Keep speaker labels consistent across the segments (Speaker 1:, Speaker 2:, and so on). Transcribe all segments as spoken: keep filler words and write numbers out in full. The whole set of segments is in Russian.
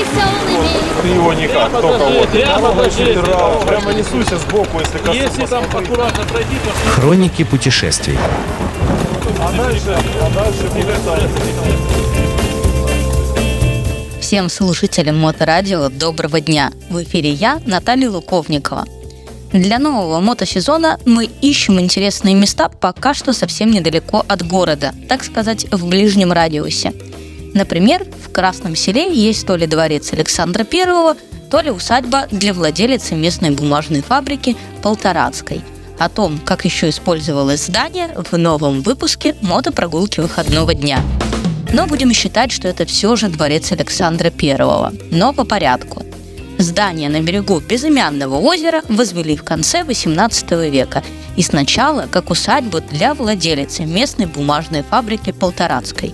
Speaker 1: Ты его никак, только вот. Прямо несуйся сбоку, если коснусь. Если там аккуратно пройди, то...
Speaker 2: Хроники путешествий.
Speaker 1: А дальше, а дальше будет...
Speaker 3: Всем слушателям Моторадио доброго дня! В эфире я, Наталья Луковникова. Для нового мотосезона мы ищем интересные места пока что совсем недалеко от города, так сказать, в ближнем радиусе. Например, в Красном Селе есть то ли дворец Александра Первого, то ли усадьба для владелицы местной бумажной фабрики Полторацкой. О том, как еще использовалось здание, в новом выпуске «Мотопрогулки выходного дня». Но будем считать, что это все же дворец Александра Первого. Но по порядку. Здание на берегу безымянного озера возвели в конце восемнадцатого века и сначала как усадьбу для владелицы местной бумажной фабрики Полторацкой.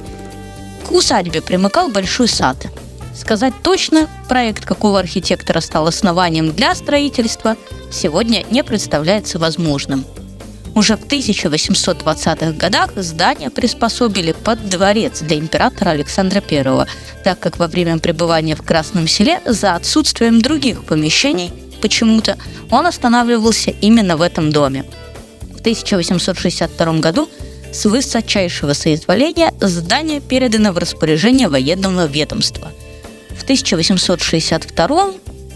Speaker 3: К усадьбе примыкал большой сад. Сказать точно, проект какого архитектора стал основанием для строительства, сегодня не представляется возможным. Уже в тысяча восемьсот двадцатых годах здание приспособили под дворец для императора Александра Первого, так как во время пребывания в Красном Селе за отсутствием других помещений почему-то он останавливался именно в этом доме. В тысяча восемьсот шестьдесят втором году с высочайшего соизволения здание передано в распоряжение военного ведомства. В тысяча восемьсот шестьдесят втором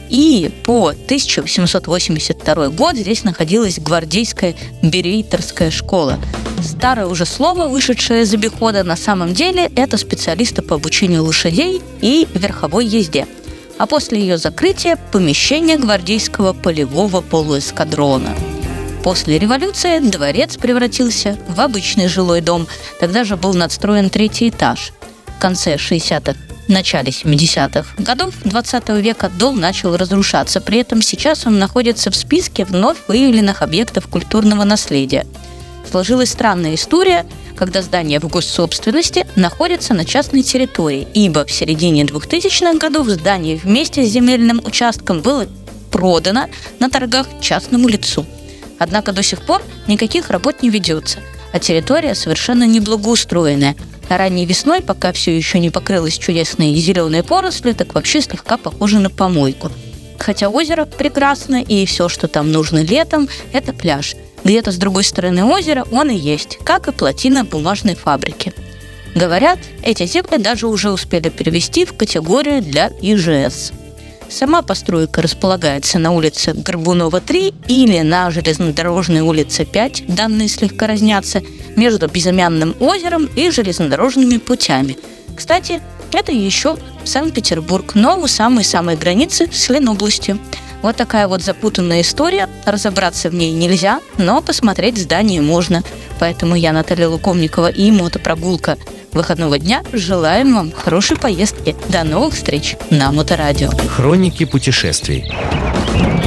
Speaker 3: и по тысяча восемьсот восемьдесят второй год здесь находилась гвардейская берейтерская школа. Старое уже слово, вышедшее из обихода, на самом деле это специалисты по обучению лошадей и верховой езде. А после ее закрытия помещение гвардейского полевого полуэскадрона. После революции дворец превратился в обычный жилой дом. Тогда же был надстроен третий этаж. В конце шестидесятых, начале семидесятых годов двадцатого века дом начал разрушаться. При этом сейчас он находится в списке вновь выявленных объектов культурного наследия. Сложилась странная история, когда здание в госсобственности находится на частной территории, ибо в середине двухтысячных годов здание вместе с земельным участком было продано на торгах частному лицу. Однако до сих пор никаких работ не ведется, а территория совершенно не благоустроенная. А ранней весной, пока все еще не покрылось чудесной зеленой порослью, так вообще слегка похоже на помойку. Хотя озеро прекрасно, и все, что там нужно летом, это пляж. Где-то с другой стороны озера он и есть, как и плотина бумажной фабрики. Говорят, эти земли даже уже успели перевести в категорию для И Ж С. Сама постройка располагается на улице Горбунова, три или на железнодорожной улице пять, данные слегка разнятся, между безымянным озером и железнодорожными путями. Кстати, это еще Санкт-Петербург, но у самой-самой границы с Ленобластью. Вот такая вот запутанная история, разобраться в ней нельзя, но посмотреть здание можно. Поэтому я, Наталья Луковникова, и мотопрогулка выходного дня желаем вам хорошей поездки. До новых встреч на Моторадио.
Speaker 2: Хроники путешествий.